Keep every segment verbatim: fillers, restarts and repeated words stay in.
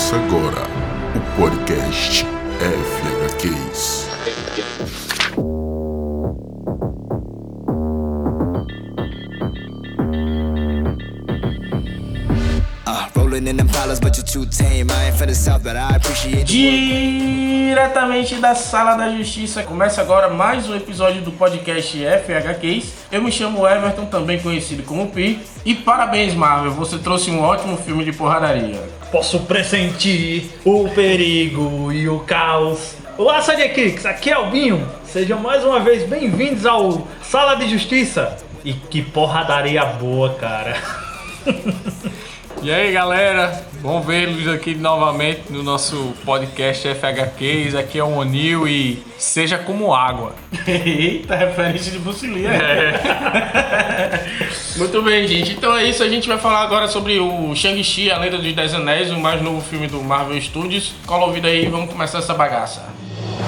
Começa agora o podcast F H Qs. Diretamente da Sala da Justiça, começa agora mais um episódio do podcast F H Qs. Eu me chamo Everton, também conhecido como Pi. E parabéns, Marvel, você trouxe um ótimo filme de porradaria. Posso pressentir o perigo e o caos. Olá, Sidekicks, aqui é o Binho. Sejam mais uma vez bem-vindos ao Sala de Justiça. E que porradaria boa, cara. E aí, galera, bom vê-los aqui novamente no nosso podcast F H Qs. Aqui é o Onil e seja como água. Eita, referência de Bruce Lee. É. Muito bem, gente. Então é isso, a gente vai falar agora sobre o Shang-Chi, a Lenda dos Dez Anéis, o mais novo filme do Marvel Studios. Cola o ouvido aí e vamos começar essa bagaça.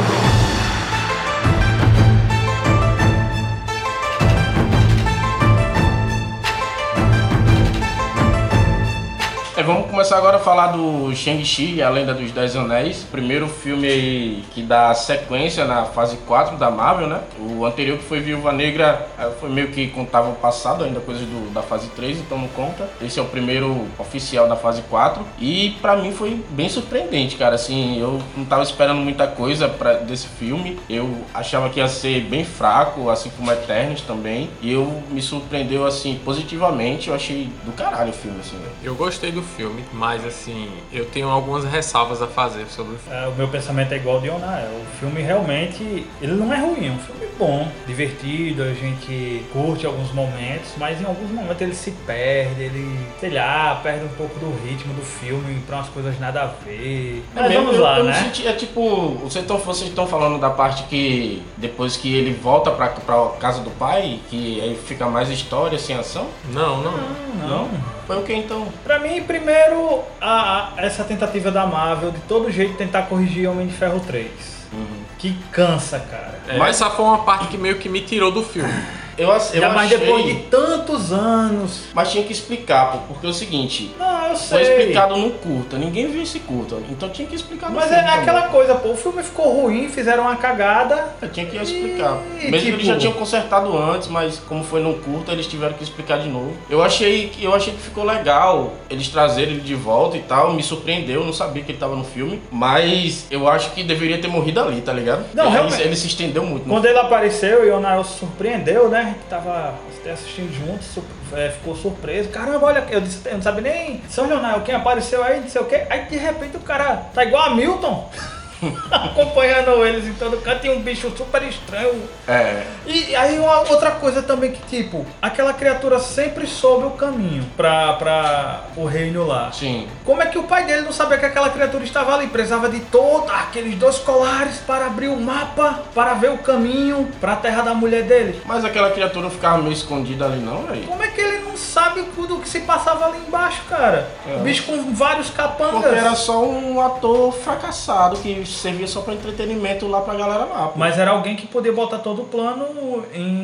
Vamos começar agora a falar do Shang-Chi, a Lenda dos Dez Anéis. Primeiro filme aí que dá sequência na fase quatro da Marvel, né? O anterior, que foi Viúva Negra, foi meio que contava o passado, ainda coisas do, da fase três, então não conta. Esse é o primeiro oficial da fase quatro. E pra mim foi bem surpreendente, cara. Assim, eu não tava esperando muita coisa pra, desse filme. Eu achava que ia ser bem fraco, assim como Eternos também. E eu me surpreendeu, assim, positivamente. Eu achei do caralho o filme, assim. Eu gostei do filme. filme, mas assim, eu tenho algumas ressalvas a fazer sobre o filme. É, o meu pensamento é igual ao de Onael. O filme realmente, ele não é ruim, é um filme bom, divertido, a gente curte alguns momentos, mas em alguns momentos ele se perde, ele, sei lá, perde um pouco do ritmo do filme pra umas coisas nada a ver. Mas é mesmo, vamos eu, lá, eu né? Senti, é tipo, vocês estão vocês estão falando da parte que depois que ele volta pra, pra casa do pai, que aí fica mais história sem ação? Não, não. Não, não. não? Foi o que então? Pra mim, primeiro, a, a, essa tentativa da Marvel de todo jeito tentar corrigir Homem de Ferro três. Uhum. Que cansa, cara. É, mas essa foi uma parte que meio que me tirou do filme. Eu, eu Já mais achei... depois de tantos anos. Mas tinha que explicar, pô, porque é o seguinte. Não, eu sei. Foi explicado no curta, ninguém viu esse curta, então tinha que explicar no Mas filme. Mas é aquela também. coisa, pô, o filme ficou ruim, fizeram uma cagada. Eu tinha que explicar. E, Mesmo tipo... que eles já tinham consertado antes, mas como foi no curta, eles tiveram que explicar de novo. Eu achei, eu achei que ficou legal eles trazerem ele de volta e tal, me surpreendeu, eu não sabia que ele tava no filme, mas eu acho que deveria ter morrido ali, tá ligado? Não, ele, realmente. ele se estendeu muito. Quando ele apareceu e o Onael se surpreendeu, né? A gente tava assistindo juntos, sur- é, ficou surpreso. Caramba, olha, eu, disse, eu não sabia nem, São Leonardo, quem apareceu aí, não sei o quê. Aí de repente o cara tá igual a Milton. Acompanhando eles em todo canto, tem um bicho super estranho. É. E aí uma outra coisa também que, tipo, aquela criatura sempre soube o caminho pra, pra o reino lá. Sim. Como é que o pai dele não sabia que aquela criatura estava ali? Precisava de todos aqueles dois colares para abrir o mapa, para ver o caminho pra terra da mulher dele. Mas aquela criatura ficava meio escondida ali não, velho? Como é que ele não sabe tudo o que se passava ali embaixo, cara? É. O bicho com vários capangas. Porque era só um ator fracassado que servia só pra entretenimento lá pra galera lá. Pô. Mas era alguém que podia botar todo o plano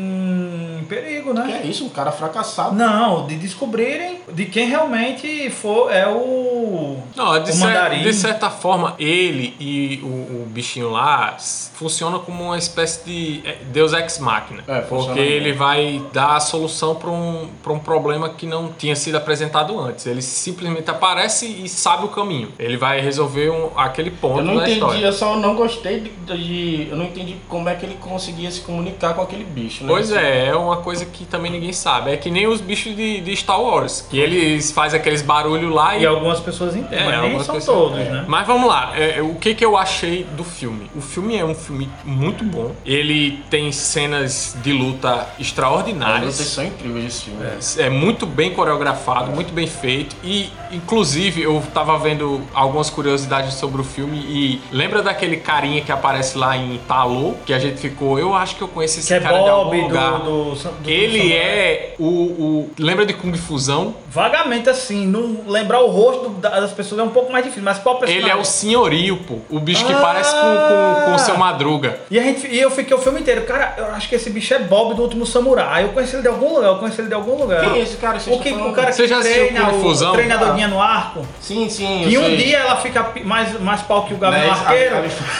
em perigo, né? Que é isso, um cara fracassado. Não, de descobrirem de quem realmente for, é o, Não, de, o cer- mandarim. de certa forma, ele e o, o bichinho lá s- funcionam como uma espécie de é, Deus Ex Machina. É, funciona porque mesmo. ele vai dar a solução para um, pra um problema que não tinha sido apresentado antes. Ele simplesmente aparece e sabe o caminho. Ele vai resolver um, aquele ponto Eu não da entendi, história. eu só não gostei de, de. Eu não entendi como é que ele conseguia se comunicar com aquele bicho, né? Pois é, é uma coisa que também ninguém sabe. É que nem os bichos de, de Star Wars, que eles fazem aqueles barulhos lá e... E algumas pessoas entendem, É, mas nem algumas são pessoas- todos, é. né? Mas vamos lá, é, o que, que eu achei do filme? O filme é um filme muito bom. Ele tem cenas de luta As lutas extraordinárias. são incríveis esse filme. É muito bem coreografado, muito bem feito. E, inclusive, eu tava vendo algumas curiosidades sobre o filme e lembra daquele carinha que aparece lá em Talô? Que a gente ficou, eu acho que eu conheço esse Que é cara de algum Bob lugar. do, do, do Ele do é o, o... Lembra de Kung Fusão? Vagamente assim, não lembrar o rosto do- das pessoas é um pouco mais difícil, mas qual personagem? Ele é o senhorio, pô. O bicho que Ah! parece com, com, com o seu Madruga. E, a gente, e eu fiquei o filme inteiro, cara, eu acho que esse bicho é Bob do Último Samurai. Eu conheci ele de algum lugar, eu conheci ele de algum lugar. Quem é esse cara? Você O, está que, falando? o cara que Você já assistiu treina, Kung o Fusão? treinadorzinha no arco. Sim, sim. E eu um sei. dia ela fica pi- mais, mais pau que o Gavião Né, Arqueiro.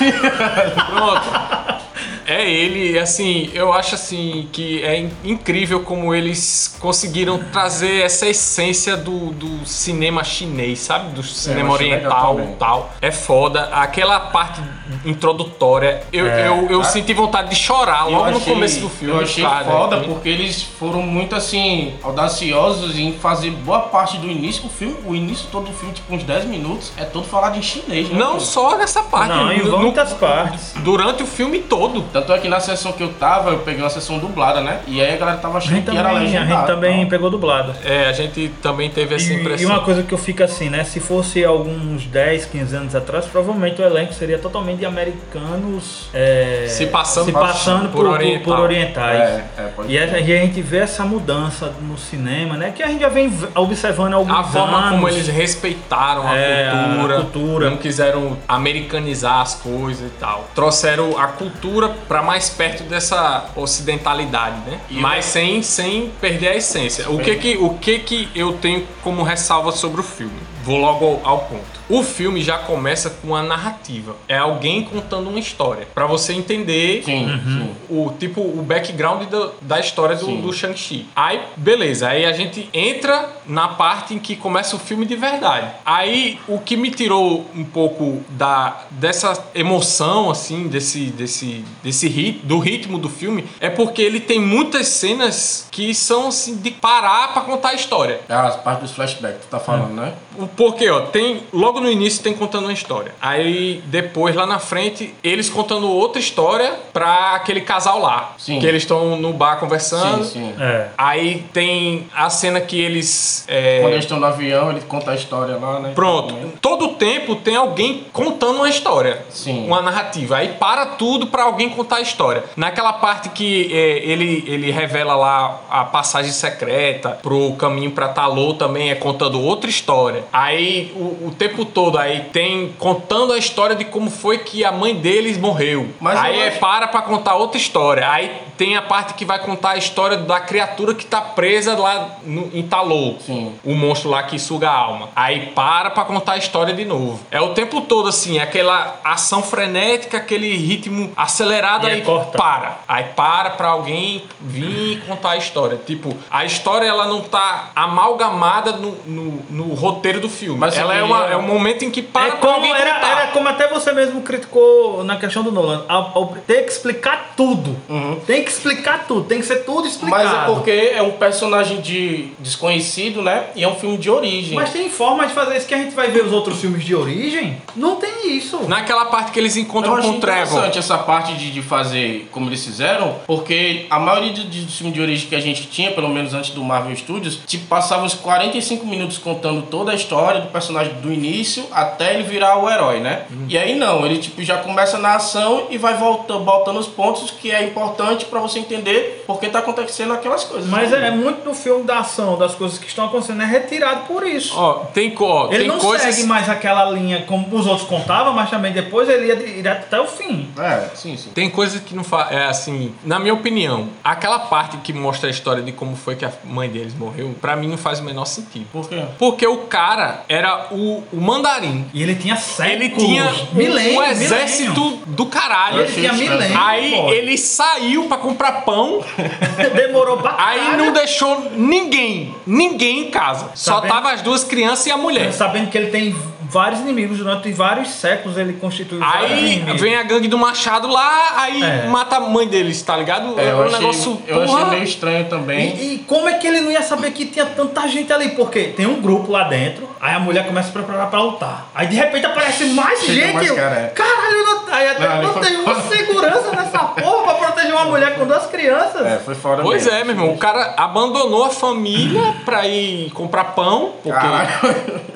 a- a- Pronto. É ele, assim, eu acho assim que é in- incrível como eles conseguiram trazer essa essência do, do cinema chinês, sabe? Do cinema eu achei legal oriental também. e tal. É foda. Aquela parte introdutória, eu, É. eu, eu senti vontade de chorar Eu logo no achei- começo do filme. Eu achei cara. foda porque eles foram muito assim, audaciosos em fazer boa parte do início. O filme, o início todo do filme, tipo uns dez minutos, é todo falado em chinês, né? Não pô? só nessa parte, Não, em no- muitas partes. durante o filme todo. Tanto é que na sessão que eu tava, eu peguei uma sessão dublada, né? E aí a galera tava A achando gente que era também, a legendado. gente também então. pegou dublado. É, a gente também teve essa E, impressão. e uma coisa que eu fico assim, né? Se fosse alguns dez, quinze anos atrás, provavelmente o elenco seria totalmente de americanos é, Se passando se por- passando por por, por- oriental. por orientais. É, é, pode E a, e a gente vê essa mudança no cinema, né? Que a gente já vem v- observando há alguns A forma anos. como eles respeitaram a, É, a cultura, cultura. não quiseram americanizar as coisas e tal. Trouxeram a cultura pra mais perto dessa ocidentalidade, né? E Mas o- sem, sem perder a essência. O que que, o que que eu tenho como ressalva sobre o filme? Vou logo ao, ao ponto. O filme já começa com a narrativa. É alguém contando uma história. Pra você entender Sim, sim. o tipo o background do- da história do, Sim. do Shang-Chi. Aí, beleza, aí a gente entra na parte em que começa o filme de verdade. Aí o que me tirou um pouco da dessa emoção assim, desse desse desse rit, do ritmo do filme é porque ele tem muitas cenas que são assim de parar pra contar a história. É as partes dos flashbacks que tu tá falando, né? O Porque, ó, tem. Logo no início tem contando uma história. Aí depois, lá na frente, eles contando outra história pra aquele casal lá. Sim. Que eles estão no bar conversando. Sim, sim. É. Aí tem a cena que eles. é, Quando eles estão no avião, ele conta a história lá, né? Pronto. Também. Todo tempo tem alguém contando uma história. Sim. Uma narrativa. Aí para tudo pra alguém contar a história. Naquela parte que é, ele, ele revela lá a passagem secreta pro caminho pra Talô também é contando outra história. Aí o, o tempo todo aí tem contando a história de como foi que a mãe deles morreu. Mas aí eu é acho- para pra contar outra história. Aí tem a parte que vai contar a história da criatura que tá presa lá no, em Talô. Sim. O monstro lá que suga a alma. Aí para pra contar a história de novo. É o tempo todo assim, aquela ação frenética, aquele ritmo acelerado, E aí é corta. para. Aí para pra alguém vir contar a história. Tipo, a história ela não tá amalgamada no, no, no roteiro do filme. Mas ela você é, uma, queria- é um momento em que para É pra como, alguém era, contar. era como até você mesmo criticou na questão do Nolan. Ao- ao ter que explicar tudo. Tem que explicar tudo. Tem que ser tudo explicado. Mas é porque é um personagem de desconhecido, né? E é um filme de origem. Mas tem forma de fazer isso que a gente vai ver os outros filmes de origem? Não tem isso. Naquela parte que eles Eu encontram achei com o Trevor. interessante essa parte de, de fazer como eles fizeram, porque a maioria de, de filmes de origem que a gente tinha, pelo menos antes do Marvel Studios, tipo, passava uns quarenta e cinco minutos contando toda a história do personagem do início até ele virar o herói, né? Uhum. E aí não, ele tipo já começa na ação e vai voltando, botando os pontos que é importante pra você entender porque tá acontecendo aquelas coisas. Mas é, é muito do filme da ação, das coisas que estão acontecendo, é retirado por isso. Ó, tem, co- ó, Ele tem não coisas... segue mais aquela linha como os outros contavam, mas também depois ele ia direto até o fim. É, sim, sim. Tem coisas que não faz. É assim, na minha opinião, aquela parte que mostra a história de como foi que a mãe deles morreu, pra mim não faz o menor sentido. Por quê? Porque o cara era o, o mandarim. E ele tinha séculos, Ele tinha um, milênio, um exército milênio. do caralho. Ele tinha milênio. Aí pô. ele saiu pra comprar pão, Demorou pra aí caralho. não deixou ninguém, ninguém em casa. Só Sabendo- tava as duas crianças e a mulher. Sabendo que ele tem vários inimigos, durante vários séculos ele constitui vários Aí inimigos. vem a gangue do Machado lá, aí É. mata a mãe deles, tá ligado? É, É eu um achei, negócio. eu achei porra. meio estranho também. E, e como é que ele não ia saber que tinha tanta gente ali? Porque tem um grupo lá dentro, aí a mulher começa a se preparar pra lutar. Aí de repente aparece mais Chega gente. mais eu, cara, é. Caralho, não, aí até Não, ele não foi tem uma foda. segurança nessa porra pra proteger uma mulher com duas crianças. É, foi fora Pois mesmo. é, meu irmão. O cara abandonou a família pra ir comprar pão. Porque Caralho.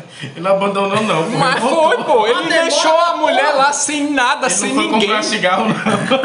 Ele não abandonou, não. Pô. Mas Ele foi, pô. Ele Mas deixou demora, a mulher lá sem nada, Ele sem não foi ninguém. comprar cigarro, não.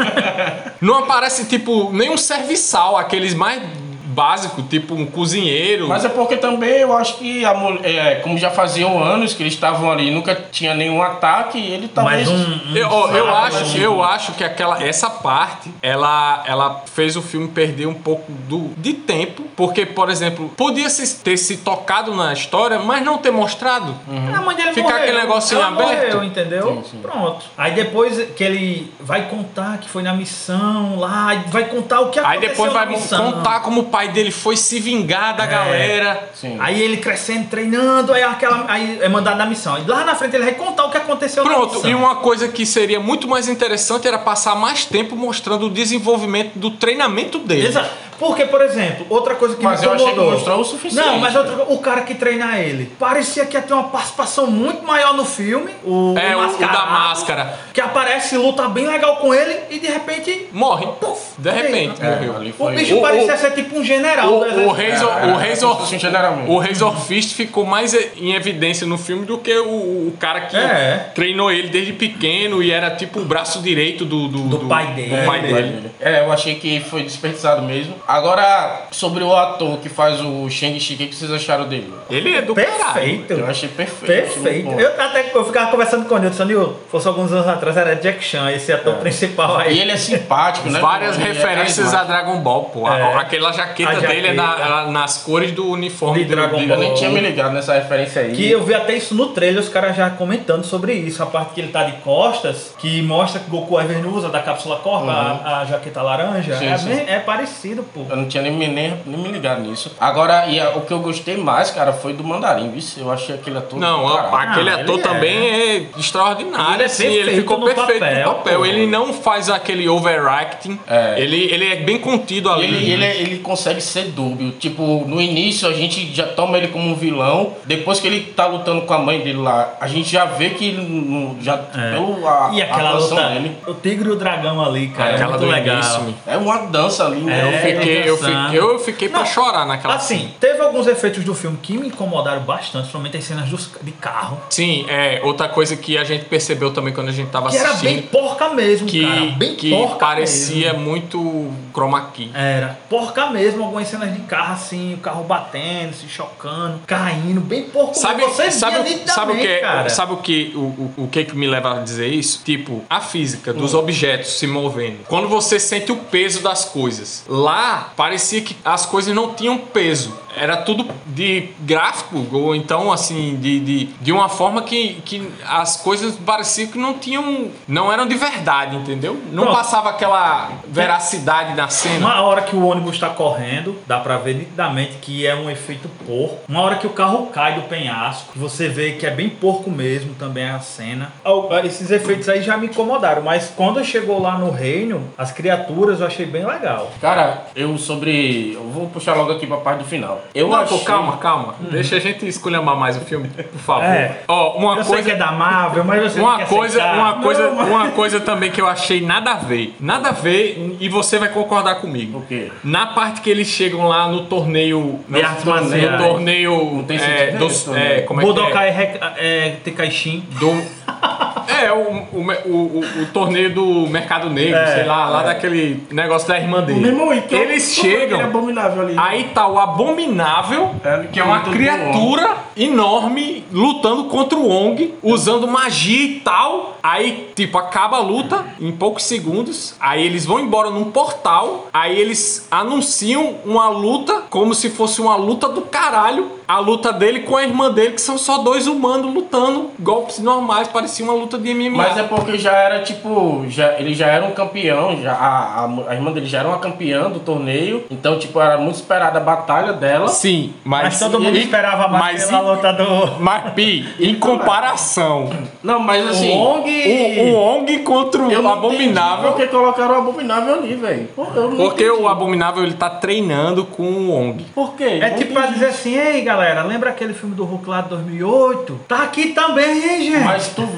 Não aparece, tipo, nenhum serviçal, aqueles mais básicos, tipo um cozinheiro. Mas é porque também eu acho que, a mulher, é, como já faziam anos que eles estavam ali, nunca tinha nenhum ataque, e ele talvez... Mas um, um Eu, ó, eu, sabe, acho, assim, eu acho que aquela, essa parte, ela, ela fez o filme perder um pouco do, de tempo, porque, por exemplo, podia se, ter se tocado na história, mas não ter mostrado. A mãe dele Ficar morreu. aquele negocinho Ela aberto. morreu, entendeu? Sim, sim. Pronto. Aí depois que ele vai contar que foi na missão lá, e vai contar o que Aí aconteceu depois vai na missão. contar como o pai dele foi se vingar da É. galera. Sim. Aí ele crescendo, treinando, aí, aquela, aí é mandado na missão. E lá na frente ele vai contar o que aconteceu na Pronto, missão. e uma coisa que seria muito mais interessante era passar mais tempo mostrando o desenvolvimento do treinamento dele. Exato. Porque, por exemplo, outra coisa que Mas me eu achei que incomodou... mostrou o suficiente. Não, mas outra, o cara que treina ele, parecia que ia ter uma participação muito maior no filme. O, É, o- o da Mascarado, máscara. Que aparece, luta bem legal com ele e de repente... Morre. Puf, De repente, É, morreu. ali O foi... bicho O- parecia o- ser tipo um general O, do o, exército. Razor, É, o, é, Razor, assim, generalmente. o Razor Fist ficou mais em evidência no filme do que o, o cara que É. treinou ele desde pequeno e era tipo o braço direito do, do, Do pai dele. do pai É, dele. É, eu achei que foi desperdiçado mesmo. Agora, sobre o ator que faz o Shang-Chi, o que que vocês acharam dele? Ele é do caralho. Perfeito. Eu achei perfeito. achei muito Perfeito. bom. Eu até eu ficava conversando com o Nilton, Nil, fosse alguns anos atrás, era Jack Chan, esse ator principal aí. E ele é simpático, né? Várias Ele é referências a carismático. Dragon Ball, pô. A- É. Aquela jaqueta, A dele é na- jaqueta. ela- nas cores do uniforme De do Dragon de- Ball. Eu nem tinha me ligado nessa referência aí. Que eu vi até isso no trailer, os caras já comentando sobre isso. A parte que ele tá de costas, que mostra que Goku Ever usa da cápsula Corpa, a, a jaqueta laranja. Sim, é, sim. bem- é parecido, pô. Eu não tinha nem, me- nem, nem me ligado nisso. Agora, e a- o que eu gostei mais, cara, foi do Mandarim, viu? Eu achei aquele ator... Não, do caralho. aquele Ah, ator ele é. também é extraordinário. Ele é assim, ele perfeito ficou no perfeito papel, no papel. pô. Ele não faz aquele overacting. É. Ele, ele é bem contido E ali. Ele, ele, ele consegue ser dúbio. Tipo, no início a gente já toma ele como um vilão. Depois que ele tá lutando com a mãe dele lá, a gente já vê que ele não- já. Pelo, a, E aquela a atuação luta, dele. o tigre e o dragão ali, cara, é, Aquela muito do legal. início. É uma dança ali, né? É, Eu fiquei, eu dançando. fiquei, eu fiquei pra Não, chorar naquela Assim, teve alguns efeitos do filme que me incomodaram bastante, principalmente as cenas dos- de carro. Sim, é outra coisa que a gente percebeu também quando a gente tava Que era assistindo. bem porca mesmo, que, cara. Bem que porca parecia mesmo. muito chroma key. Era. Porca mesmo, algumas cenas de carro assim, o carro batendo, se chocando, caindo, bem porco. Sabe, Você sabe, via o- sabe o que nitidamente, cara. sabe o que o, o, o que que me leva a dizer isso? Tipo, a física dos Hum. objetos se movendo. Quando você sente o peso das coisas. Lá parecia que as coisas não tinham peso. Era tudo de gráfico, ou então assim, de, de, de uma forma que, que as coisas pareciam que não tinham. Não eram de verdade, entendeu? Não Pronto. passava aquela veracidade na cena. Uma hora que o ônibus tá correndo, dá pra ver nitidamente que é um efeito porco. Uma hora que o carro cai do penhasco, você vê que é bem porco mesmo também a cena. Al- Esses efeitos aí já me incomodaram, mas quando chegou lá no reino, as criaturas eu achei bem legal. Cara, eu sobre. Eu vou puxar logo aqui pra parte do final. Eu Não, achei... pô, calma, calma. Deixa a gente esculhambar mais o filme, por favor. É. Ó, uma Eu sei coisa. que é da Marvel, mas você Uma tem que coisa, aceitar. uma, coisa, Não, mas- uma coisa também que eu achei nada a ver. Nada a ver, e você vai concordar comigo. O quê? Na parte que eles chegam lá no torneio. De no, artes no marciais. torneio. tem é, sentido dos, esse é, torneio. como é que é? Budokai Rek- é, Tenkaichi. Do, é, o, o, o, o- o torneio do Mercado Negro, É, sei lá, lá daquele negócio da irmã dele. Meu irmão, então, Eles como é que chegam. ele é abominável ali. Aí tá o Abominável, É, que é uma muito criatura enorme lutando contra o Ong, usando magia e tal. Aí, tipo, acaba a luta em poucos segundos. Aí eles vão embora num portal. Aí eles anunciam uma luta como se fosse uma luta do caralho. A luta dele com a irmã dele, que são só dois humanos lutando golpes normais. Parecia uma luta de M M A. Mas é porque já era tipo, já, ele já era um campeão, já, a, a, a irmã dele já era uma campeã do torneio, então tipo, era muito esperada a batalha dela. Sim, mas... Mas todo mundo e- esperava mais mas pela em- luta do... Mas, Pi, em comparação, Não, mas assim, O Ong... o, o Ong contra eu o não Abominável... Porque colocaram o Abominável ali, velho. Pô, eu não Porque entendi. o Abominável ele tá treinando com o Ong. Por quê? É Não tipo pra entendi. dizer assim, ei galera, lembra aquele filme do Hulk lá de dois mil e oito? Tá aqui também, hein, gente? Mas tu, mas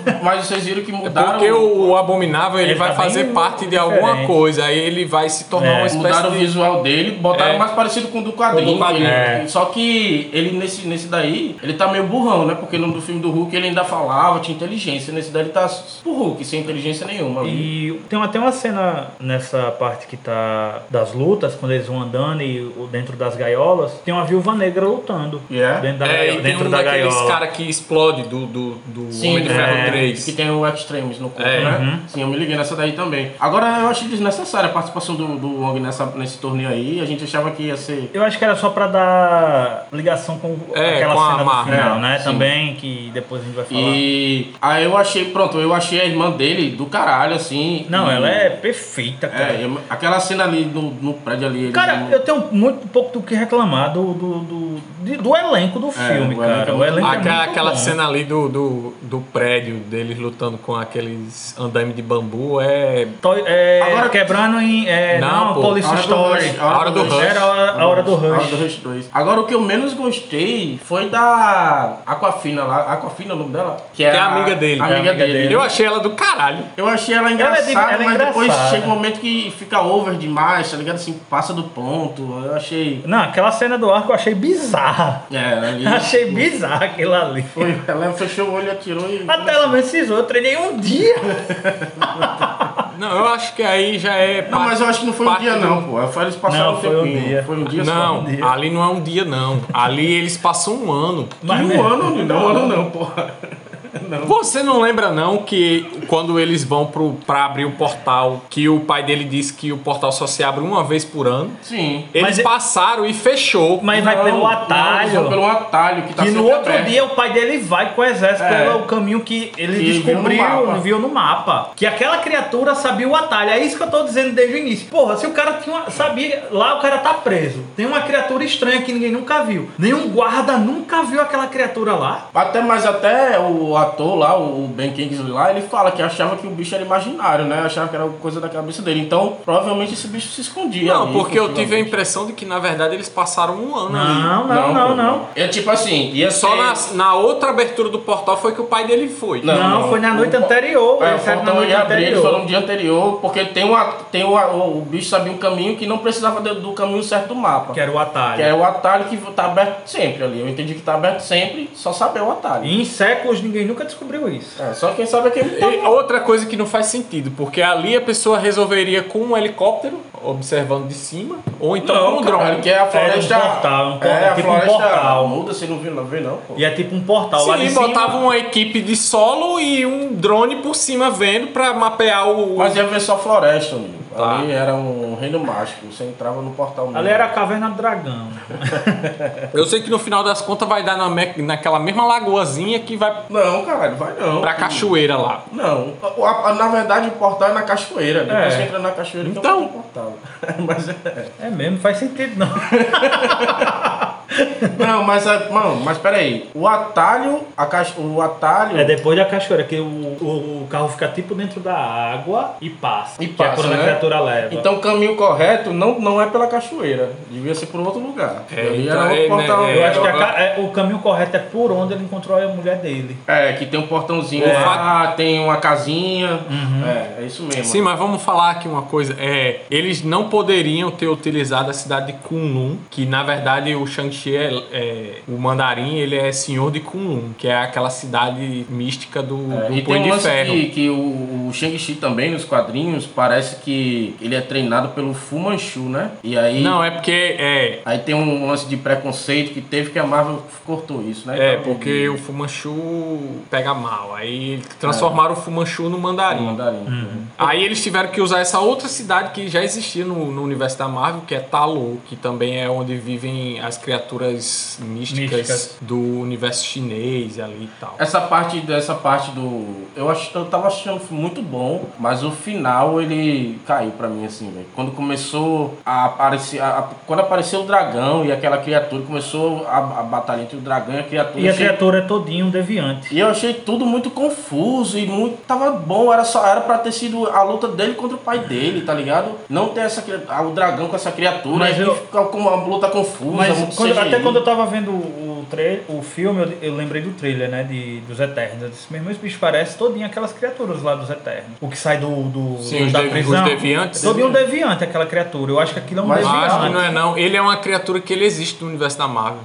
vocês viram que mudaram... Porque o Abominável ele, Ele vai tá fazer bem parte de alguma diferente. coisa, aí ele vai se tornar É. uma espécie Mudaram de... o visual dele, botaram É. mais parecido com o do quadrinho. Com o do quadrinho. Ele- É. Só que ele nesse, nesse daí, ele tá meio burrão, né? Porque no do filme do Hulk ele ainda falava, tinha inteligência. Nesse daí ele tá o Hulk, sem inteligência nenhuma. E tem até uma cena nessa parte que tá das lutas, quando eles vão andando e o- dentro das gaiolas, tem uma viúva negra lutando. Yeah. Dentro da, É, gaio- e tem dentro um da daqueles gaiola. cara que explode do, do, do Sim, Homem de Ferro é. três. Que tem o Extremes no corpo, É. né? Uhum. Sim, eu me liguei nessa daí também. Agora eu achei desnecessária a participação do, do Wong nessa, nesse torneio aí. A gente achava que ia ser. Eu acho que era só pra dar ligação com É, aquela com a cena do Marvel. final, É, né? sim. Também, que depois a gente vai falar. E aí eu achei, pronto, eu achei a irmã dele do caralho, assim. Não, e- ela é perfeita, cara. É, eu- aquela cena ali no, no prédio ali. eles Cara, vão- eu tenho muito pouco do que reclamar do, do, do, de- do elenco do filme, o elenco cara. é O muito elenco é Aquela, muito aquela bom. cena ali do, do, do prédio deles lutando com aqueles andames de bambu é. Toy- é, Agora- quebrando em. É, Não, não, pô, Police A hora do Story. Rush, A hora do Rush. Era a hora, a hora do A hora Rush. do Rush dois. Agora o que eu menos gostei foi da Aquafina lá. Aquafina é o nome dela? Que é, Que é a amiga dele. A amiga, É a amiga dele. dele. Eu achei ela do caralho. Eu achei ela Ela é engraçada, de- ela é mas depois engraçada. chega um momento que fica over demais, tá ligado? Assim, passa do ponto. Eu achei. Não, aquela cena do arco eu achei bizarra. É, ali. Achei bizarra aquilo ali. Foi, ela fechou o olho, atirou e. Até ela me precisou, eu treinei um dia. Não, eu acho que aí já é. Não, mas eu acho que não foi um parte dia, do- não, pô. Foi eles passaram Não, um foi um tempinho. dia. Foi um dia Não, só. dia. ali não é um dia, não. Ali eles passam um ano. Mas E um mesmo. ano, não, um ano não, porra. Não. Você não lembra, não, que quando eles vão pro, pra abrir o portal, que o pai dele disse que o portal só se abre uma vez por ano? Sim. Eles Mas é- passaram e fechou. Mas vai Não, pelo não, eles atalho. vão pelo atalho que tá Que no sempre outro aberto. dia o pai dele vai com o exército É. pelo caminho que ele Que viu no mapa. descobriu, viu no mapa. Que aquela criatura sabia o atalho. É isso que eu tô dizendo desde o início. Porra, se o cara tinha uma, sabia, lá o cara tá preso. Tem uma criatura estranha que ninguém nunca viu. Nenhum guarda nunca viu aquela criatura lá. Até, mas até o ator lá, o Ben Kingsley lá, ele fala que achava que o bicho era imaginário, né? Achava que era coisa da cabeça dele. Então, provavelmente esse bicho se escondia. Não, ali, porque eu tive a efetivamente. impressão de que na verdade eles passaram um ano ali. Não, não, não, pô. não. É tipo assim, ia Só ser... na, na outra abertura do portal foi que o pai dele foi. Não, Não, não. foi na noite O- anterior. É, Ele o saiu na portão noite ia abrir, eles foram anterior. no dia anterior, porque tem, uma, tem uma, o, o bicho sabia um caminho que não precisava do, do caminho certo do mapa. Que era o atalho. Que é o atalho que tá aberto sempre ali. Eu entendi que tá aberto sempre, só saber o atalho. E em séculos ninguém nunca descobriu isso. É, só quem sabe é quem... E outra coisa que não faz sentido, porque ali a pessoa resolveria com um helicóptero, observando de cima, ou então com um cara, drone. que é a floresta... É um portal, um por- é, a tipo um floresta portal. muda, você não viu, não vê não, pô. E é tipo um portal lá de Sim, cima. botava uma equipe de solo e um drone por cima vendo pra mapear o. Mas ia ver só floresta, amigo. Tá. Ali era um reino mágico, você entrava no portal mesmo. Ali era a caverna do dragão. Eu sei que no final das contas vai dar na me- naquela mesma lagoazinha que vai Não, caralho, vai não. pra cachoeira lá. Não, O- a- a- na verdade o portal é na cachoeira. Depois É. que entra na cachoeira, Então. tem um portal. Mas é. É mesmo, faz sentido não. Não, mas, é- mano, mas peraí. O atalho, a caixa, o atalho. É depois da cachoeira, que o, o, o carro fica tipo dentro da água e passa. E que é passa, quando né? a criatura leva. Então o caminho correto não, não é pela cachoeira. Devia ser por outro lugar. É, Ali então, era outro é, portal. né, eu acho que a eu- ca- é, o caminho correto é por onde ele encontrou a mulher dele. É, que tem um portãozinho É. lá, tem uma casinha. Uhum. É, é isso mesmo. Sim, mas vamos falar aqui uma coisa. É, eles não poderiam ter utilizado a cidade de Kunlun, que na verdade o Shang-Chi é, é- o Mandarim, ele é senhor de Kunlun, que é aquela cidade mística do, É, do e tem Punho um de lance Ferro. que, que o, o Shang-Chi também, nos quadrinhos, parece que ele é treinado pelo Fu Manchu, né? E aí, Não, é porque é, aí tem um lance de preconceito que teve que a Marvel cortou isso, né? é Então, porque ele- o Fu Manchu pega mal. Aí transformaram o Fu Manchu no o Mandarim. mandarim. Uhum. Aí eles tiveram que usar essa outra cidade que já existia no, no universo da Marvel, que é Talo, que também é onde vivem as criaturas místicas, Místicas. do universo chinês ali e tal. Essa parte dessa parte do eu acho eu tava achando muito bom, mas o final ele caiu pra mim assim, velho. Quando começou a aparecer a- a- quando apareceu o dragão e aquela criatura começou a, a batalha entre o dragão e a criatura. E a eu achei- criatura é todinho um deviante. E eu achei tudo muito confuso e muito. Tava bom, era só era pra ter sido a luta dele contra o pai dele, tá ligado? Não ter essa cri- ah, o dragão com essa criatura Mas e eu- ficar com uma luta confusa, Mas muito quando- C G I. até quando eu tava vendo o, o, tra- o filme, eu, eu lembrei do trailer, né? De, dos Eternos. Eu disse, mesmo esse bicho parece todinho aquelas criaturas lá dos Eternos. O que sai do, do, Sim, os da devi- prisão. os deviantes. Todinho um deviante, aquela criatura. Eu acho que aquilo é um Mas eu deviante. Acho que não é não. Ele é uma criatura que ele existe no universo da Marvel.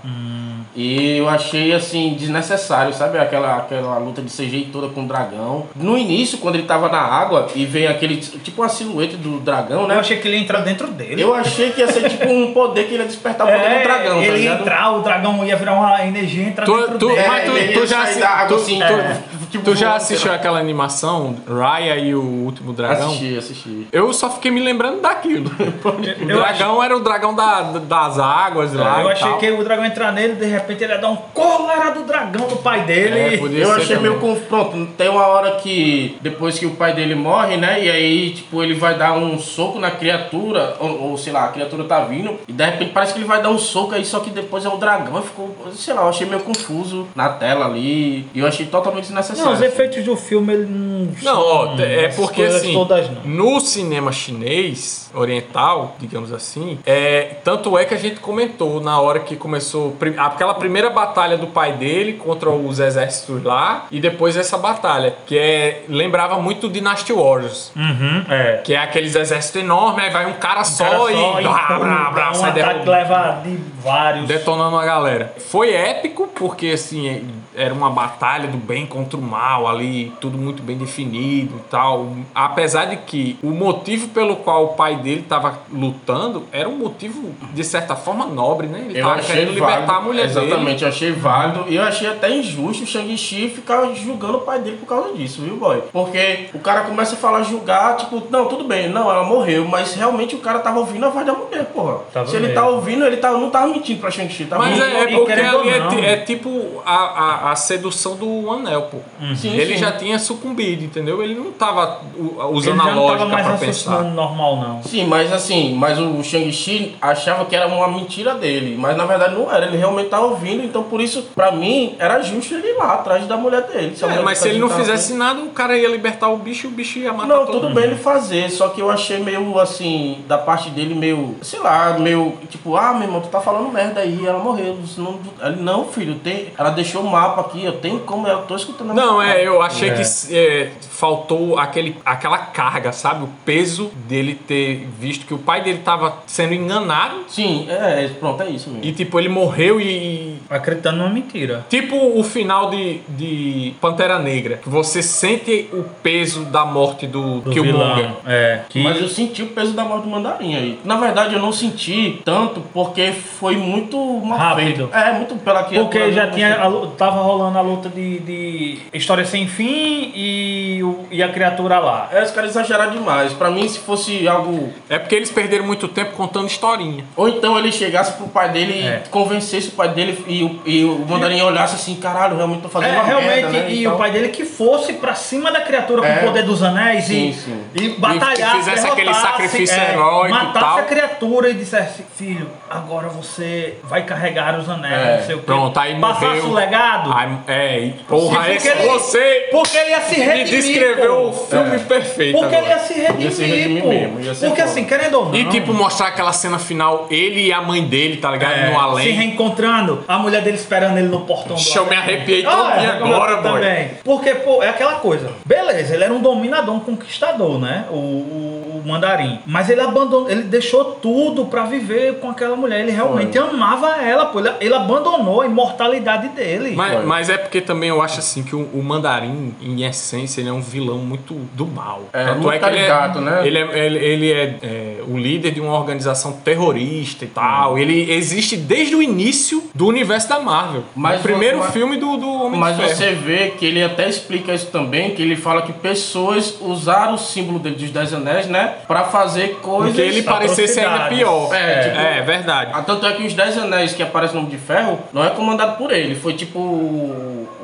E eu achei assim desnecessário, sabe? Aquela, aquela luta de C G I toda com o dragão. No início, quando ele tava na água e vem aquele tipo uma silhueta do dragão, né? Eu achei que ele ia entrar dentro dele. Eu achei que ia ser tipo um poder que ele ia despertar o poder É, do dragão, tá ele ia ligado? entrar, o dragão ia virar uma energia e entrar Tu, dentro tu, dele. mas tu, É, ele tu ia já, sair assi- da água tu, assim, tu- é. tipo, tu já voando, assistiu sei lá. aquela animação, Raya e o Último Dragão? Assisti, assisti. Eu só fiquei me lembrando daquilo. O Eu dragão era o dragão da, das águas lá. Eu e achei tal. que o dragão ia entrar nele, de repente ele ia dar um cólera do dragão do pai dele. É, podia Eu ser achei também. meio confuso. Pronto, tem uma hora que depois que o pai dele morre, né? E aí, tipo, ele vai dar um soco na criatura, ou, ou sei lá, a criatura tá vindo, e de repente parece que ele vai dar um soco aí, só que depois é o dragão. E ficou, sei lá, eu achei meio confuso na tela ali. E eu achei totalmente desnecessário. Não, os efeitos do filme ele não. Não, ó, são é essas porque coisas assim, todas, não. no cinema chinês, oriental, digamos assim, é, tanto é que a gente comentou na hora que começou prim- aquela primeira batalha do pai dele contra os exércitos lá, e depois essa batalha, que é, lembrava muito do Dynasty Warriors, Uhum, é. que é aqueles exércitos enormes, aí vai um cara só, Cara só e blá, empurra, blá, blá, dá um sai ataque derrubando. leva de vários. Detonando a galera. Foi épico, porque assim, era uma batalha do bem contra o mal ali, tudo muito bem definido e tal. Apesar de que o motivo pelo qual o pai dele estava lutando era um motivo, de certa forma, nobre, né? Ele Eu tava achei querendo libertar válido, a mulher dele. exatamente, eu achei válido. E eu achei até injusto o Shang-Chi ficar julgando o pai dele por causa disso, viu, boy? Porque o cara começa a falar, julgar, tipo, não, tudo bem, não, ela morreu, mas realmente o cara tava ouvindo a voz da mulher, porra. Tava Se ele mesmo. tá ouvindo, ele tá, não tava mentindo pra Shang-Chi, tava Mas mentindo. é, é E porque querendo ali ou é, não. ti- é tipo a, a, a sedução do anel, pô. Sim, Ele sim. já tinha sucumbido, entendeu? Ele não tava u- Ele usando já a não tava lógica mais pra raciocinando pensar. normal, não. Sim, mas assim, mas o Shang-Chi achava que era uma mentira dele, mas na verdade não era, ele realmente tava ouvindo, então por isso, pra mim, era justo ele ir lá atrás da mulher dele. Se a É, mulher mas se dele ele não tava fizesse nada, o cara ia libertar o bicho e o bicho ia matar Não, todo tudo mundo. bem ele fazer, só que eu achei meio assim, da parte dele meio, sei lá, meio tipo, ah, meu irmão, tu tá falando merda aí, ela morreu. Não, ele, não, filho, tem, ela deixou o mapa aqui, eu tenho como, eu tô escutando a Não, música. é, eu achei É. que é, faltou aquele, aquela carga, sabe? O peso dele ter visto que o pai dele tava sendo enganado Sim, é, é, pronto, é isso mesmo. e, tipo, ele morreu e... Acreditando numa mentira. Tipo o final de, de Pantera Negra, que você sente o peso da morte do, Do Killmonger. vilão. É. Que... Mas eu senti o peso da morte do Mandarim aí. Na verdade, eu não senti tanto porque foi muito mal Rápido. feito. É, muito pela criatura. Porque já não tinha, sei. a lu- tava rolando a luta de, de História Sem Fim e, o- e a criatura lá. É, os caras exageraram demais. Pra mim, se fosse algo. É porque eles perderam muito tempo contando historinha. Ou então ele chegasse pro pai dele É. e convencesse o pai dele e o, e o Mandarim olhasse assim, caralho, realmente tô fazendo É, uma realmente, merda, né? e Então, o pai dele que fosse pra cima da criatura com É. o poder dos anéis Sim, e, sim. e batalhasse, E fizesse aquele derrotasse, sacrifício é, heróico e matasse tal. a criatura e dissesse, filho, agora você vai carregar os anéis, É. não sei o quê. Pronto, aí Passasse morreu. o legado. Aí, é, e, porra, Sim, esse, porque ele- você Porque ele ia se me redimir, descreveu pô. o filme É. perfeito Porque ele agora. ia se redimir, Ia se redimir pô. mesmo, ia ser Porque foda. assim, querendo ou não... E tipo, mostrar aquela cena final, ele e a mãe dele, tá ligado? é, no se além. reencontrando, a mulher dele esperando ele no portão do Ixi, eu me além. arrepiei Ah, todinho é, agora, eu boy. também. Porque, pô, é aquela coisa. Beleza, ele era um dominador, um conquistador, né? O, o, o Mandarim. Mas ele abandonou, ele deixou tudo pra viver com aquela mulher. Ele realmente Foi. amava ela, pô. Ele, ele abandonou a imortalidade dele. Mas, Foi. mas é porque também eu acho assim que o, o Mandarim, em essência, ele é um vilão muito do mal. É, muito que caricato, ele é, né? Ele é, ele, ele é, é o líder de uma organização terrorista e tal. Ele existe desde o início do universo da Marvel. Mas o primeiro mas- filme do, do Homem Mas de Ferro. você vê que ele até explica isso também, que ele fala que pessoas usaram o símbolo dele dos Dez Anéis, né? Pra fazer coisas... Porque ele parecesse ainda atrocidades. pior. É, tipo- é verdade. Ah, tanto é que os Dez Anéis que aparecem no Nome de Ferro não é comandado por ele, foi tipo o, o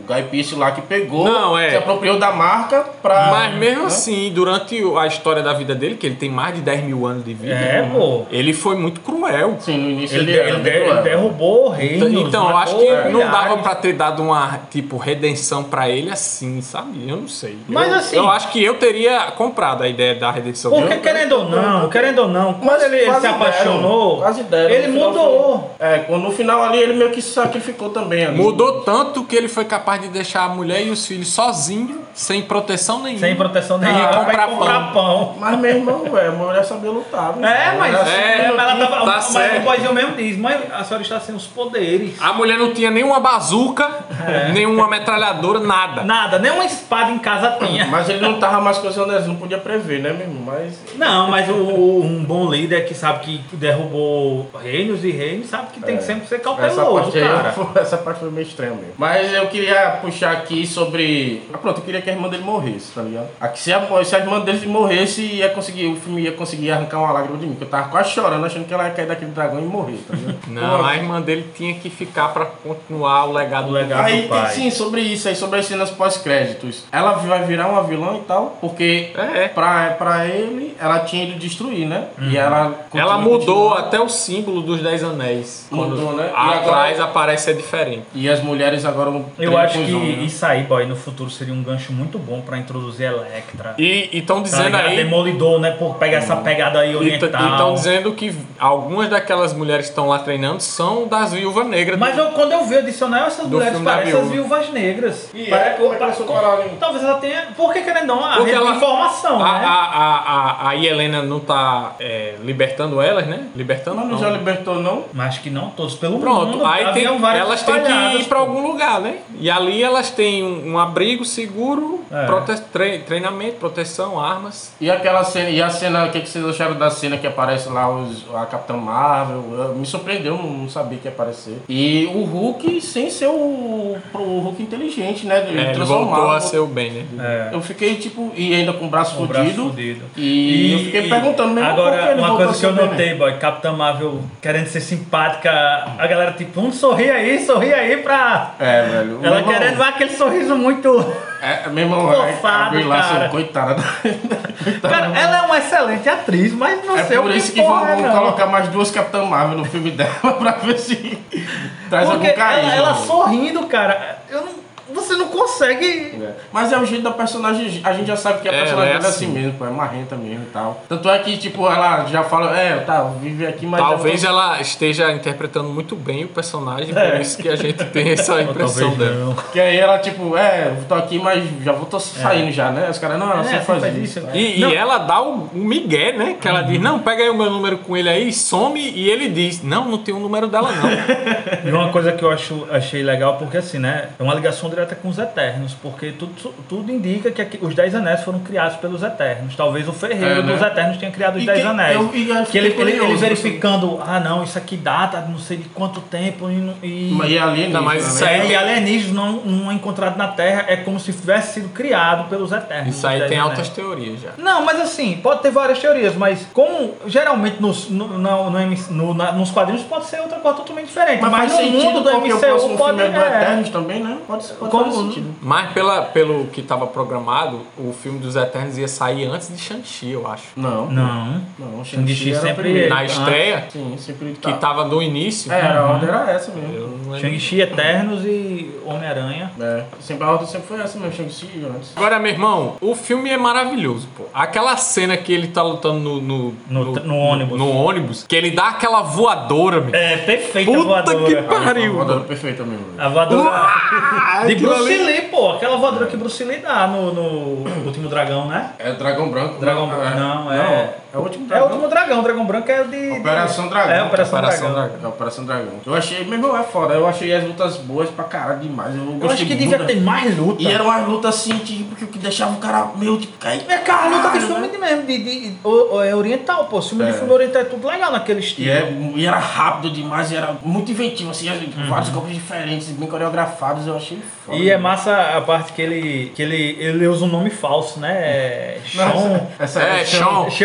Guy Pearce lá que pegou, Não, é. se apropriou da marca pra... Mas mesmo né? assim, durante a história da vida dele, que ele tem mais de dez mil anos de vida, É, pô. ele foi muito cruel. Sim, no início Ele, ele, ele, era de- bem ele cruel. derrubou reinos. Então, eu acho matou que não dava milhares. pra ter dado uma, tipo, redenção pra ele assim, sabe? Eu não sei. Mas eu, assim- Eu acho que eu teria comprado a ideia da redenção Porque dele. querendo ou não, querendo ou não, quando Mas ele, ele quase se apaixonou, deram, quase deram. ele No final mudou. foi- É, quando no final ali ele meio que se sacrificou também. Ali. Mudou tanto que ele foi capaz de deixar a mulher e os filhos sozinhos, sem proteção nenhuma. Sem proteção E nenhuma, ia vai comprar comprar pão. pão. Mas meu irmão, velho, a mulher sabia lutar. viu? É, mas, Era assim, É, ela tava, tá mas certo. o boizinho mesmo diz, mãe, a senhora está sem os poderes. A mulher não tinha nenhuma bazuca, nenhuma metralhadora, nada. Nada, nem uma espada em casa tinha. Mas ele não tava mais coisando, não podia prever, né, meu irmão? Mas. Não, mas o, o- um bom líder que sabe que derrubou reinos e reinos, sabe que tem que sempre ser Essa cauteloso, parte, aí, cara. foi- essa parte foi meio estranha mesmo. Mas eu queria puxar aqui sobre. Ah, pronto, eu queria que a irmã dele morresse, tá ligado? Aqui, se, a, se a irmã dele morresse, ia conseguir, o filme ia conseguir arrancar uma lágrima de mim. Porque eu tava quase chorando, achando que ela ia cair daquele dragão e morrer, tá ligado? Não, Pô, a irmã dele tinha que ficar pra continuar o legado O legado. Aí do tem, pai. sim, sobre isso aí, sobre as cenas pós-créditos. Ela vai virar uma vilã e tal, porque É. pra, pra ele, ela tinha ido destruir, né? E ela. Ela continua- mudou continua- até o símbolo dos Dez Anéis. Mudou, Quando né? E atrás agora- aparece ser diferente. E as mulheres agora vão. Eu ter acho que inclusão, né? isso aí, boy, no futuro seria um gancho muito bom pra introduzir Electra. E estão Tá dizendo ligado? aí. Demolidor, né? Por pegar essa pegada aí E oriental. estão dizendo que algumas daquelas mulheres que estão lá treinando são das viúvas negras. Mas eu, quando eu vi o dicionário, essas Do mulheres filme da parecem as viúva. viúvas negras. E Pare- é, como é que elas são paradas, hein? Talvez ela tenha. Porque querendo não, a Porque rede de ela- informação, a, né? a, a, a, a Helena não tá é, libertando elas, né? Libertando Mas não não. já libertou, não? Mas acho que não todos pelo Pronto, mundo. aí tem, haviam várias elas têm que espalhadas, ir pra pô. algum lugar, né? E ali elas têm um, um abrigo seguro, É. prote- tre- treinamento, proteção, armas. E aquela cena, e a cena, o que, que vocês acharam da cena que aparece lá os, a Capitã Marvel? Eu- me surpreendeu, não, não sabia que ia aparecer. E o Hulk sem ser o, o Hulk inteligente, né? Ele É, ele transformava. voltou a ser o bem, né? É. Eu fiquei tipo, e ainda com o braço Com o braço fudido. fudido. E, eu fiquei perguntando mesmo por que Agora, ele uma voltou coisa que a eu ser o bem, notei, boy, Capitã Marvel querendo ser simpática, a galera tipo, um sorri aí, sorri aí pra. É, velho. Ela Meu irmão, querendo dar aquele sorriso muito. É, meu irmão, Forçado, a Brie Larson, cara. coitada da. coitada Cara, da- ela é uma excelente atriz, mas não É sei o por que isso que vão, porra, vão não. colocar mais duas Capitã Marvel no filme dela pra ver se traz Porque algum carisma. ela, ela velho. sorrindo, cara, eu não, você não consegue. É. Mas é o jeito da personagem, a gente já sabe que a É, personagem ela é dela é assim assim. mesmo, pô, é marrenta mesmo e tal. Tanto é que, tipo, ela já fala, é, tá, vive aqui, mas. Talvez eu ela esteja interpretando muito bem o personagem, É. por isso que a gente tem essa impressão Talvez dela. não. Que aí ela, tipo, é, eu tô aqui, mas já vou tô saindo já, né? Os caras, não, ela É, sempre você faz faz isso. isso. tá? E, Não. e ela dá o, o migué, né? Que ela diz, não, pega aí o meu número com ele aí, some, e ele diz, não, não tem o número dela não. E uma coisa que eu acho, achei legal, porque assim, né? É uma ligação direta com os Eternos, porque tudo, tudo indica que aqui- os Dez Anéis foram criados pelos Eternos. Talvez o ferreiro É, né? dos Eternos tenha criado os E Dez que- Anéis. eu- e eu que ele, fiquei ele, ele curioso, verificando, ah não, isso aqui data de não sei de quanto tempo e... não- e... Mas e ali, Não, mas isso É, aí- e alienígenas não, não é encontrado na Terra, é como se tivesse sido criado pelos Eternos. Isso aí os Dez tem Anéis. altas teorias já. Não, mas assim, pode ter várias teorias, mas como geralmente nos, no, no, no, M C no, na- nos quadrinhos pode ser outra coisa totalmente diferente. Mas, Mas, faz no sentido mundo do porque M o C U próximo pode... filme é do é, Eternos também, né? Pode, pode Como- fazer sentido. Mas pela, pelo que estava programado, o filme dos Eternos ia sair antes de Shang-Chi, eu acho. Não. Não. Não, Shang-Chi era o sempre- primeiro. Na estreia, Sim, sempre que tava no início. É, a ordem era essa mesmo. Eu não lembro. Shang-Chi, Eternos e Homem-Aranha. É, sempre, a ordem sempre foi essa mesmo, Shang-Chi antes. Agora, meu irmão, o filme é maravilhoso, pô. Aquela cena que ele tá lutando no... No, No- no ônibus. No ônibus, que ele dá aquela voadora, meu. É, perfeita Puta voadora. que pariu. A voadora perfeita mesmo. A voadora Uau, de aquilo Bruce ali. Lee, pô. Aquela voadora que Bruce Lee dá no, no Último Dragão, né? É Dragão Branco. Dragão não, Branco. Não, é- Não, é o último É o Dragão. Último Dragão. O Dragão Branco é o de... Operação Dragão. É, Operação, Operação Dragão. Dragão. É Operação Dragão. Eu achei, meu irmão, é foda. Eu achei as lutas boas pra caralho demais. Eu, Eu gostei acho que muito devia da- ter mais luta. E eram umas lutas assim, tipo, que, que deixava o cara meio tipo cair. É, cara, a luta de Caralho, filme né? de mesmo, de, de, o- o- é oriental, pô. Filme É. de filme oriental é tudo legal naquele estilo. E, é, e era rápido demais, e era muito inventivo, assim, Uhum. vários golpes diferentes, bem coreografados, eu achei foda. E é massa a parte que ele, que ele, ele usa um nome falso, né? É Sean. Essa É, Sean. Sean, aí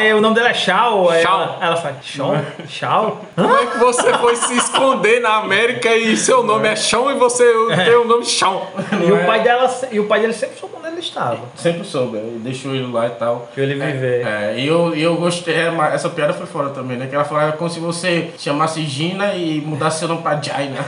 Aí o nome dele é Shaw. Aí Shaw. ela, ela faz, Shaw? Shaw? Como é que você foi se esconder na América e seu nome é Shawn e você tem o nome Shawn? E o pai dela, e o pai dele sempre soube onde ele estava. Sempre soube, ele deixou ele lá e tal. Deixou ele viver. É, e eu, e eu gostei, é, mas essa piada foi fora também, né? Que ela falava como se você chamasse Gina e mudasse seu nome pra Jaina.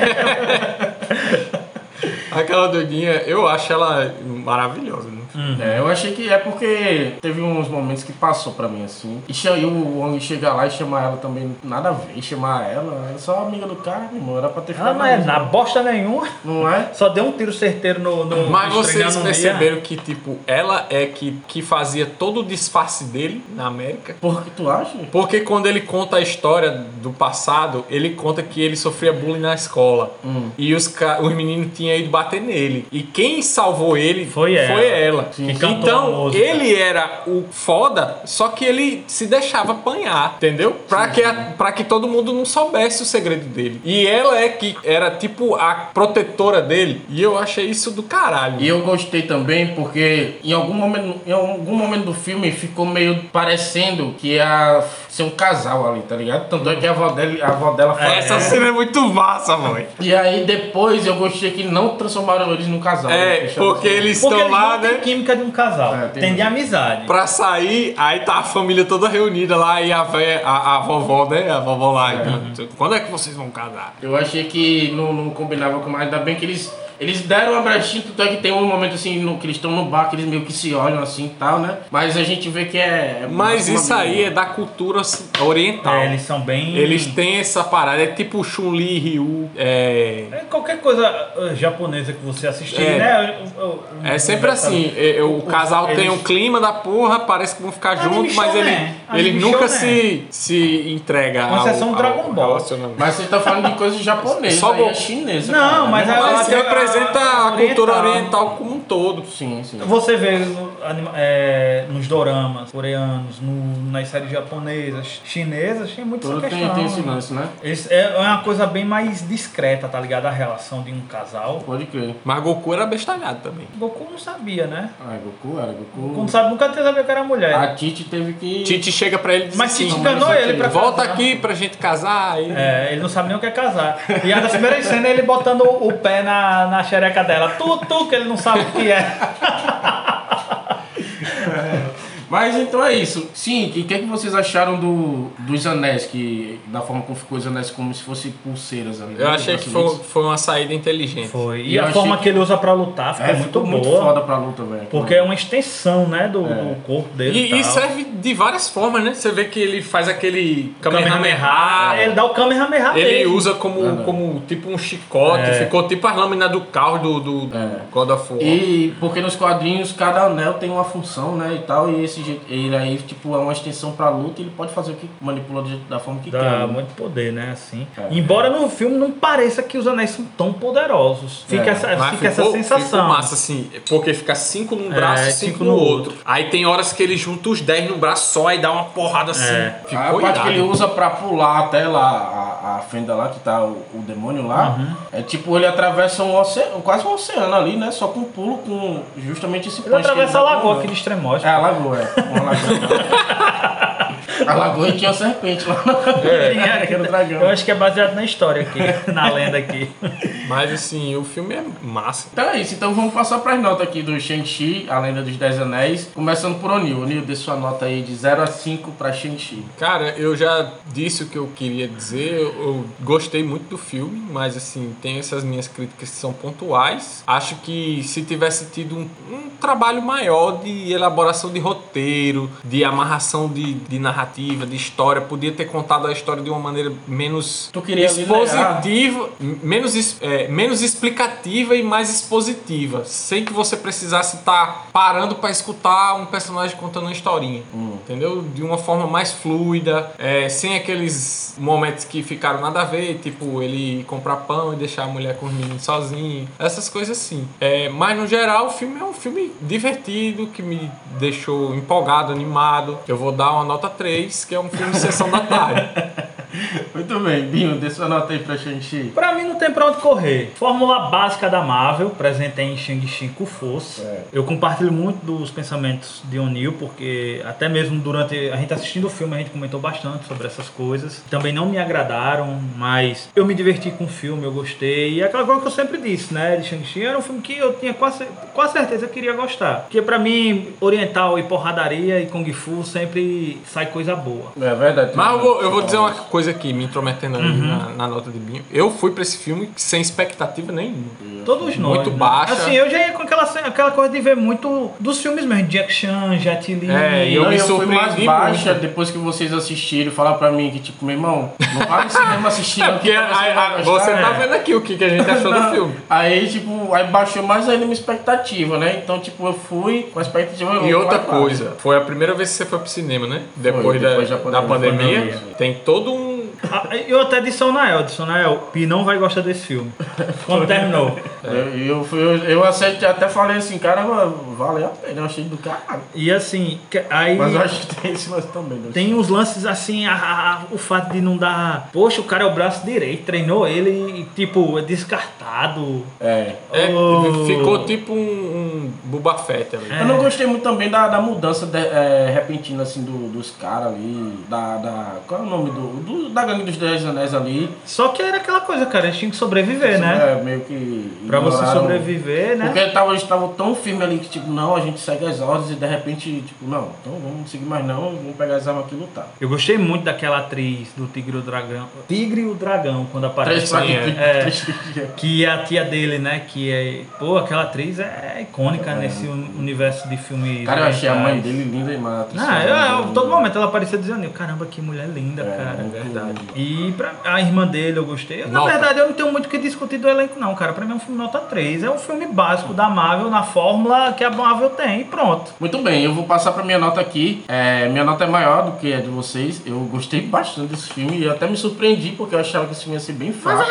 Aquela doidinha, eu acho ela maravilhosa, né? Uhum. É, eu achei que é porque teve uns momentos que passou pra mim assim. E, e o Wong chegar lá e chamar ela também, nada a ver, chamar ela. Ela é só amiga do cara, meu irmão, era pra ter ficado. Ela não é mesmo. na bosta nenhuma. Não é? Só deu um tiro certeiro no. no Mas no vocês no perceberam que, tipo, ela é que, que fazia todo o disfarce dele na América? Por que tu acha? Porque quando ele conta a história do passado, ele conta que ele sofria bullying na escola. Hum. E os, ca- os meninos tinham ido bater nele. E quem salvou ele Foi ela. Foi ela. Que cantou a Então, música. ele era o foda, só que ele se deixava apanhar, entendeu? Pra, que, a, pra que todo mundo não soubesse o segredo dele. E ela é que era tipo a protetora dele. E eu achei isso do caralho. E eu gostei também porque em algum momento, em algum momento do filme ficou meio parecendo que ia ser um casal ali, tá ligado? Tanto é que a avó dela, a avó dela fala. Essa cena é muito massa, mãe. E aí depois eu gostei que não transformaram eles num casal. É, né? Deixaram porque assim. eles Porque estão eles lá, não têm né? química de um casal. É, tem- tem de amizade. Pra sair, aí tá a família toda reunida lá e a, vé, a, a vovó, né? A vovó lá. Então, quando é que vocês vão casar? Eu achei que não, não combinava com mais, ainda bem que eles. Eles deram uma brechinha, tanto é que tem um momento assim no, que eles estão no bar, que eles meio que se olham assim e tal, né? Mas a gente vê que é. é Mas uma- isso aí é da cultura oriental. É, eles são bem. Eles têm essa parada, é tipo Chun-Li, Ryu, é... É qualquer coisa uh, japonesa que você assistir, É. né? O- o- o- É sempre assim, é, é, o casal tem um clima da porra, parece que vão ficar Anime juntos, mas ele, shonen. ele Anime nunca shonen. se, se entrega Com ao, exceção do ao Dragon Ball. relacionamento. Mas você tá falando de coisa japonesa, Só aí Goku. é chinesa. Não, cara. mas Não ela- vai Mas ser- representa a oriental. cultura oriental como um todo. Sim, sim. Você vê no, anima- é, nos doramas coreanos, no- nas séries japonesas, chinesas, tem muito Tudo essa tem, questão. tem esse lance, né? Eles- é uma coisa bem mais discreta, tá ligado? A relação de um casal. Pode crer. Mas Goku era bestalhado também. Goku não sabia, né? Ah, Goku era Goku. Goku não sabe, nunca tinha sabido que era mulher. A Titi teve que. Tite chega pra ele e diz Mas assim, Tite mas enganou isso ele aqui- pra volta casar. aqui pra gente casar. Aí... É, ele não sabe nem o que é casar. E a das primeiras cenas é ele botando o pé na, na xereca dela. Tu, tu, que ele não sabe o que é. Mas então é isso. Sim, o que, que é que vocês acharam do, dos anéis? Que, da forma como ficou os anéis, como se fossem pulseiras ali. Eu né? achei que foi, foi uma saída inteligente. Foi. E, E eu a achei forma que- que ele usa pra lutar ficou É, muito ficou boa. muito foda pra luta, velho. Porque é uma extensão, né, do, É. do corpo dele. E, tal. e serve de várias formas, né? Você vê que ele faz aquele Kamehameha. Kamehameha. Ele dá o Kamehameha Ele dele. usa como, Verdade. como tipo um chicote, É. ficou tipo as lâminas do carro do, do É. God of War. E porque nos quadrinhos cada anel tem uma função, né, e tal, e esse jeito, ele aí, tipo, é uma extensão pra luta e ele pode fazer o que manipula do jeito- da forma que Dá quer. né? muito poder, né, assim. É. Embora no filme não pareça que os anéis são tão poderosos. Fica, É. essa, Mas fica ficou, essa sensação. ficou massa, assim, porque fica cinco num É, braço e cinco, cinco no no outro. Aí tem horas que ele junta os dez num braço só e dá uma porrada assim. É. A Ficou parte que irado. ele usa pra pular até lá, a, a fenda lá, que tá o, o demônio lá, Uhum. é tipo, ele atravessa um oceano, quase um oceano ali, né, só com um pulo, com justamente esse Ele punch que atravessa a dá com lagoa o- aqui de Extremoz. É, a lagoa, é. Uma lagoa. A lagoa e tinha uma serpente lá. É, que era o dragão. Eu acho que é baseado na história aqui, na lenda aqui. Mas assim, o filme é massa. Então é isso, então vamos passar para as notas aqui do Shang-Chi, a Lenda dos Dez Anéis, começando por O'Neill. O'Neill, dê sua nota aí de zero a cinco para Shang-Chi. Cara, eu já disse o que eu queria dizer, eu, eu gostei muito do filme, mas assim, tem essas minhas críticas que são pontuais. Acho que se tivesse tido um, um trabalho maior de elaboração de roteiro, de amarração de, de narrativa, de história, podia ter contado a história de uma maneira menos Tu queria expositiva, menos, es- é, menos explicativa e mais expositiva, sem que você precisasse estar parando para escutar um personagem contando uma historinha, Hum. entendeu? De uma forma mais fluida, é, sem aqueles momentos que ficaram nada a ver, tipo ele comprar pão e deixar a mulher com os meninos sozinho, essas coisas assim. É, mas no geral o filme é um filme divertido, que me deixou empolgado, animado. Eu vou dar uma nota três, que é um filme de sessão da tarde. Muito bem, Binho, dê sua nota aí pra Shang-Chi. Pra mim não tem pra onde correr. Fórmula básica da Marvel, presente em Shang-Chi com força. É. Eu compartilho muito dos pensamentos de O'Neill, porque até mesmo durante a gente assistindo o filme, a gente comentou bastante sobre essas coisas. Também não me agradaram, mas eu me diverti com o filme, eu gostei. E é aquela coisa que eu sempre disse, né, de Shang-Chi, era um filme que eu tinha quase, quase certeza que eu queria gostar. Porque pra mim, oriental e porradaria e Kung Fu sempre sai coisa boa. É verdade. Mas eu vou, eu vou dizer uma coisa aqui, me intrometendo ali na, na nota de Binho. Eu fui pra esse filme sem expectativa nenhuma. Todos nós. Muito né? baixa. Assim, eu já ia com aquela, aquela coisa de ver muito dos filmes mesmo, Jack Chan, Jet Li. É, e eu Não, me eu fui mais surpreendi baixa muito. depois que vocês assistiram e falaram pra mim que, tipo, meu irmão, não vai no cinema assistindo. É porque que talvez a- você vai a- gostar. você tá É. vendo aqui o que, que a gente achou do Não. filme. Aí, tipo, aí baixou mais ainda minha expectativa, né? Então, tipo, eu fui com a expectativa... E outra mais baixa. coisa, foi a primeira vez que você foi pro cinema, né? Depois, depois da, da da pandemia, pandemia. foi na minha. Tem todo um... Ah, eu até disse ao Nael, disse ao Nael, Pi não vai gostar desse filme. Quando terminou. Eu, eu, fui- eu, eu aceitei, até falei assim, cara, valeu a pena, eu achei do caralho. E assim, que- aí Mas eu acho que tem esse lance também. né? tem uns lances assim, a- a- a- o fato de não dar. Poxa, o cara é o braço direito, treinou ele e, tipo, é descartado. É. É, Oh. ficou tipo um, um Boba Fett ali. Eu não gostei muito também da, da mudança de- é, repentina, assim, do- dos caras ali, da, da... Qual é o nome do... do- da gangue dos Dez Anéis ali. Só que era aquela coisa, cara, eles tinham que sobreviver, né? É, meio que... Pra você ignoraram- sobreviver, né? Porque eles estavam eles estavam tão firmes ali que, tipo, não, a gente segue as ordens e de repente, tipo, não, então vamos seguir mais não, vamos pegar as armas aqui e lutar. Eu gostei muito daquela atriz do Tigre e o Dragão. Tigre e o Dragão, quando Três apareceu. fracos, É, três... que é a tia dele, né? Que é. Pô, aquela atriz é icônica nesse un- universo de filmes. Cara, eu achei a mãe orientais. dele linda demais. Não, eu, eu, todo momento ela aparecia dizendo, caramba, que mulher linda, É, cara. verdade. E pra, a irmã dele eu gostei. Na Nota. verdade, eu não tenho muito o que discutir do elenco, não, cara. Pra mim é um filme nota três. É um filme básico da Marvel, na fórmula que a Marvel tem, e pronto. Muito bem, eu vou passar pra minha nota aqui. É, minha nota é maior do que a de vocês. Eu gostei bastante desse filme e eu até me surpreendi porque eu achava que esse filme ia ser bem fácil.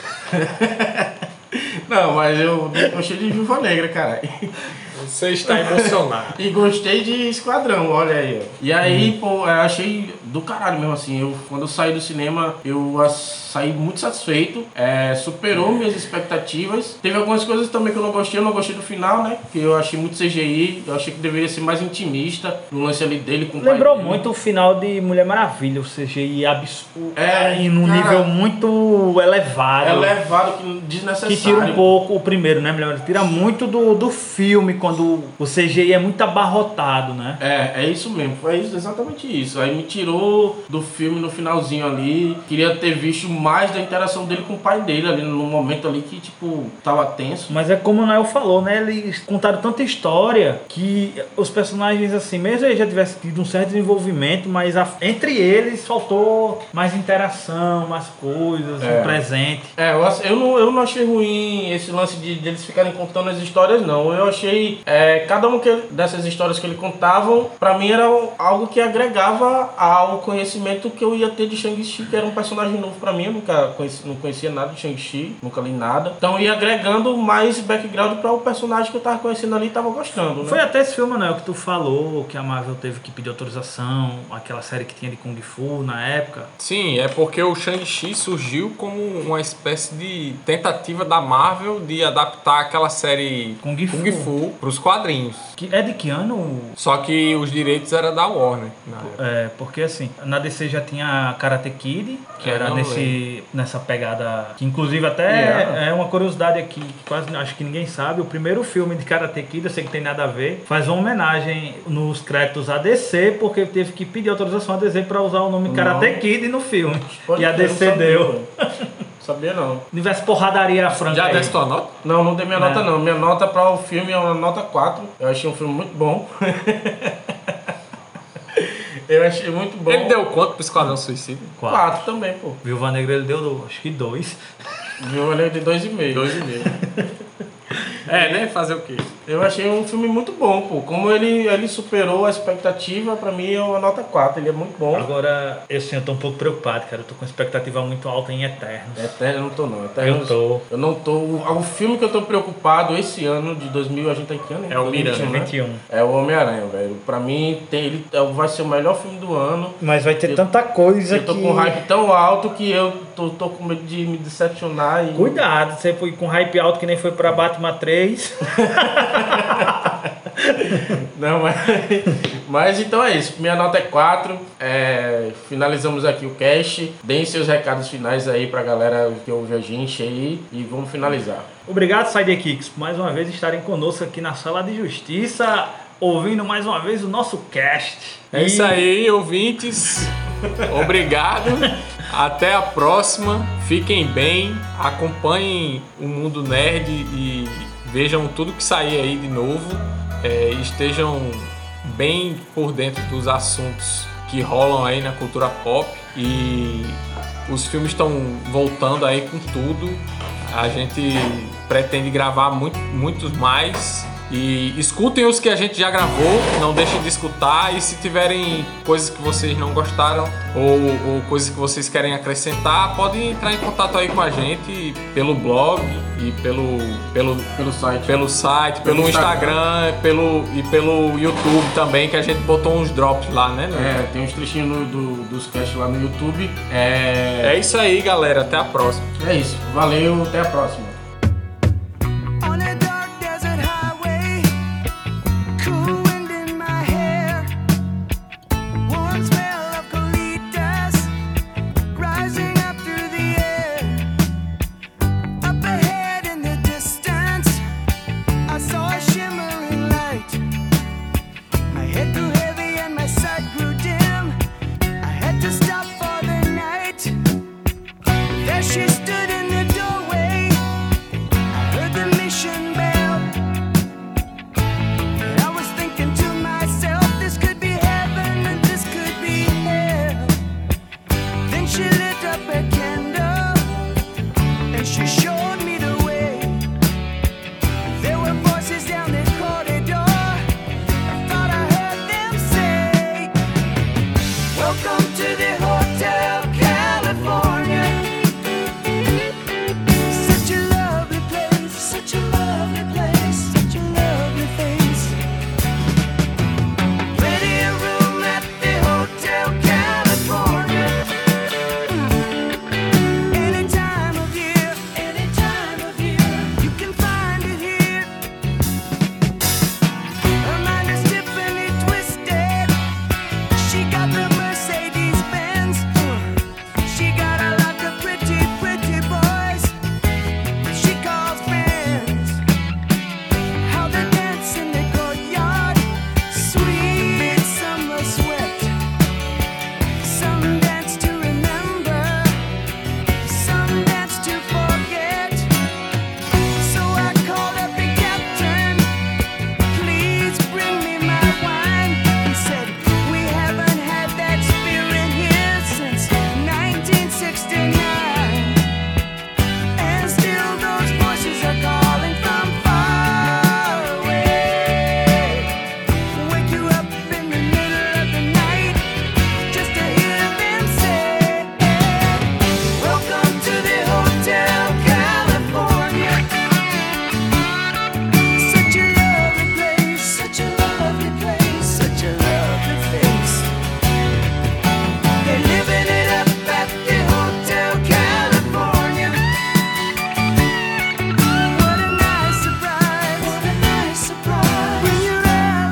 Não, mas eu gostei de Viúva Negra, cara. Você está emocionado. E gostei de Esquadrão, olha aí. Ó. E aí, pô, eu achei do caralho mesmo assim. Eu, quando eu saí do cinema, eu as- saí muito satisfeito. É, superou minhas expectativas. Teve algumas coisas também que eu não gostei. Eu não gostei do final, né? Que eu achei muito C G I. Eu achei que deveria ser mais intimista no lance ali dele com o pai Lembrou dele. muito o final de Mulher Maravilha, o C G I absurdo. É, e num cara, nível muito elevado. É levado, que desnecessário. Que tira um pouco o primeiro, né, melhor? Tira muito do, do filme quando o C G I é muito abarrotado, né? É, é isso mesmo, foi isso, exatamente isso. Aí me tirou do filme no finalzinho ali. Queria ter visto mais da interação dele com o pai dele ali, no momento ali que, tipo, tava tenso. Mas é como o Nael falou, né? Eles contaram tanta história que os personagens, assim, mesmo eles já tivessem tido um certo desenvolvimento, mas a- entre eles faltou mais interação, mais coisas, É. um presente. É, eu, ach- eu, não, eu não achei ruim esse lance de, de eles ficarem contando as histórias, não. Eu achei, é, cada uma que, dessas histórias que eles contavam, pra mim era algo que agregava ao conhecimento que eu ia ter de Shang-Chi, que era um personagem novo pra mim. Eu nunca conheci, não conhecia nada de Shang-Chi, nunca li nada. Então eu ia agregando mais background para o personagem que eu tava conhecendo ali e tava gostando, né? Foi até esse filme, Nael, que tu falou, que a Marvel teve que pedir autorização, aquela série que tinha de Kung Fu na época. Sim, é porque o Shang-Chi surgiu como uma espécie de tentativa da Marvel de adaptar aquela série Kung Fu. Kung Fu pros quadrinhos. Que é de que ano? Só que os direitos eram da Warner. Na época. É, porque assim, na D C já tinha Karate Kid, que É, era não nesse, nessa pegada. Que inclusive até Yeah. é uma curiosidade aqui, que quase acho que ninguém sabe. O primeiro filme de Karate Kid, eu sei que tem nada a ver, faz uma homenagem nos créditos à D C, porque teve que pedir autorização à D C pra usar o nome Não. Karate Kid no filme. Pode e a crer, D C não sabia, deu. velho. Sabia não. Universo porradaria franca. Já aí. desse tua nota? Não, não dei minha Não. nota não. Minha nota para o filme é uma nota quatro. Eu achei um filme muito bom. Eu achei muito bom. Ele deu quanto pro Esquadrão Suicida? Quatro. quatro também, pô. Viúva Negra ele deu, acho que dois. Viu ele de dois e meio. Dois e meio. É, né? Fazer o quê? Eu achei um filme muito bom, pô. Como ele, ele superou a expectativa, pra mim é uma nota quatro, ele é muito bom. Agora, eu sim, eu tô um pouco preocupado, cara. Eu tô com expectativa muito alta em Eternos. Eterno eu não tô não. Eterno, Eu tô. Eu não tô. O, o filme que eu tô preocupado esse ano de dois mil, a gente tá em que ano? É o Miranha, dois mil e vinte e um, né? vinte e um. É o Homem-Aranha, velho. Pra mim, tem, ele é- vai ser o melhor filme do ano. Mas vai ter Eu- tanta coisa Eu tô que... com um hype tão alto que eu tô, tô com medo de me decepcionar e... Cuidado, você foi com hype alto que nem foi pra Batman três. Não, mas, mas então é isso. Minha nota é quatro. É, finalizamos aqui o cast. Deem seus recados finais aí pra galera que ouve a gente aí e vamos finalizar. Obrigado, Sidekicks, por mais uma vez estarem conosco aqui na Sala de Justiça, ouvindo mais uma vez o nosso cast. É E- isso aí, ouvintes. Obrigado. Até a próxima. Fiquem bem. Acompanhem o Mundo Nerd e vejam tudo que sair aí de novo. É, estejam bem por dentro dos assuntos que rolam aí na cultura pop. E os filmes estão voltando aí com tudo. A gente pretende gravar muito, muitos mais. E escutem os que a gente já gravou, não deixem de escutar. E se tiverem coisas que vocês não gostaram ou, ou coisas que vocês querem acrescentar, podem entrar em contato aí com a gente pelo blog e pelo, pelo, Pelo site. pelo site, pelo, Pelo Instagram, pelo, e pelo YouTube também, que a gente botou uns drops lá, né? É, tem uns trechinhos no- do, dos casts lá no YouTube. É, É isso aí, galera. Até a próxima. é isso. Valeu, até a próxima. On a dark desert highway, cool wind in my hair, warm smell of colitas rising up through the air. Up ahead in the distance, I saw a shimmering light. My head grew heavy and my sight grew dim. I had to stop for the night. There she stood in the doorway. I heard the mission bell. And I was thinking to myself, this could be heaven and this could be hell. Then she lit up a candle and she showed me the way. There were voices down the corridor. I thought I heard them say, welcome to the Hotel California. Such a lovely place, such a lovely place, such a lovely face. Plenty of room at the Hotel California. Any time of year, any time of year, you can find it here. Her mind is Tiffany twisted. She got the Mercedes Benz. She got a lot of pretty, pretty boys she calls friends. How they dance in the courtyard, sweet summer sweat. Some dance to remember, some dance to forget. So I called up the captain, please bring me my wine. He said, we haven't had that spirit here since nineteen sixty-nine. And still those voices are calling from far away. Wake you up in the middle of the night just to hear them say, welcome to the Hotel California. Such a lovely place, such a lovely place, such a lovely face. They're living it up at the Hotel California. What a nice surprise, what a nice surprise. Bring your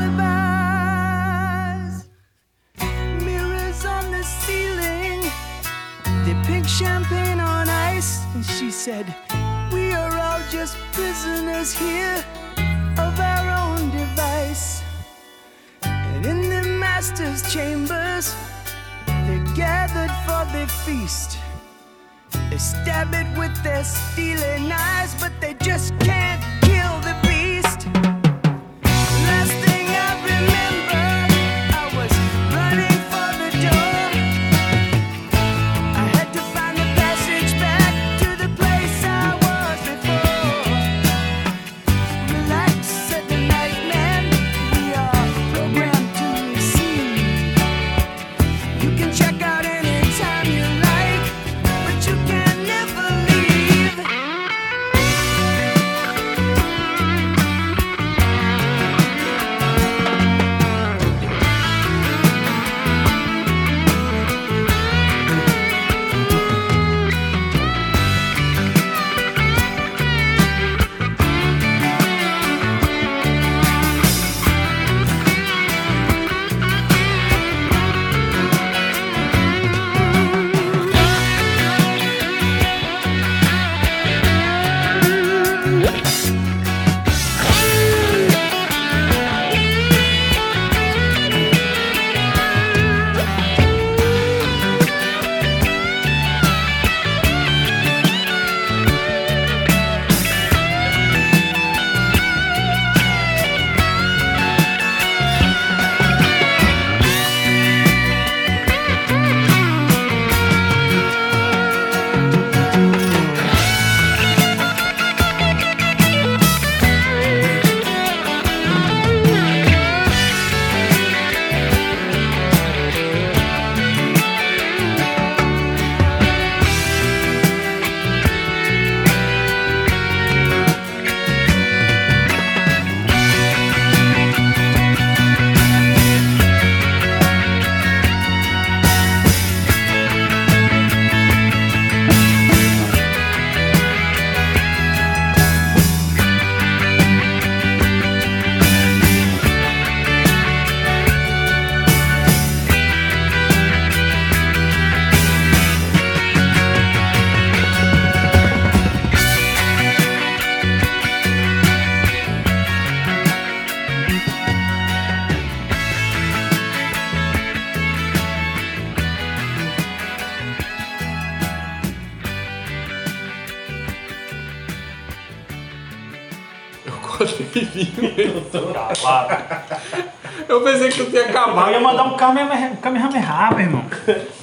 alibis. Mirrors on the ceiling, they pink champagne on ice. And she said, we are all just prisoners here of our own device. And in the master's chambers, they're gathered for the feast. They stab it with their steely knives, but they just can't kill the beast. Last thing I remember, I was running for the door. I had to find the passage back to the place I was before. quando ele viu. Cavalo. Eu pensei que tu tinha Eu acabado. ia mandar um Kamehameha, Kamehameha, meu irmão.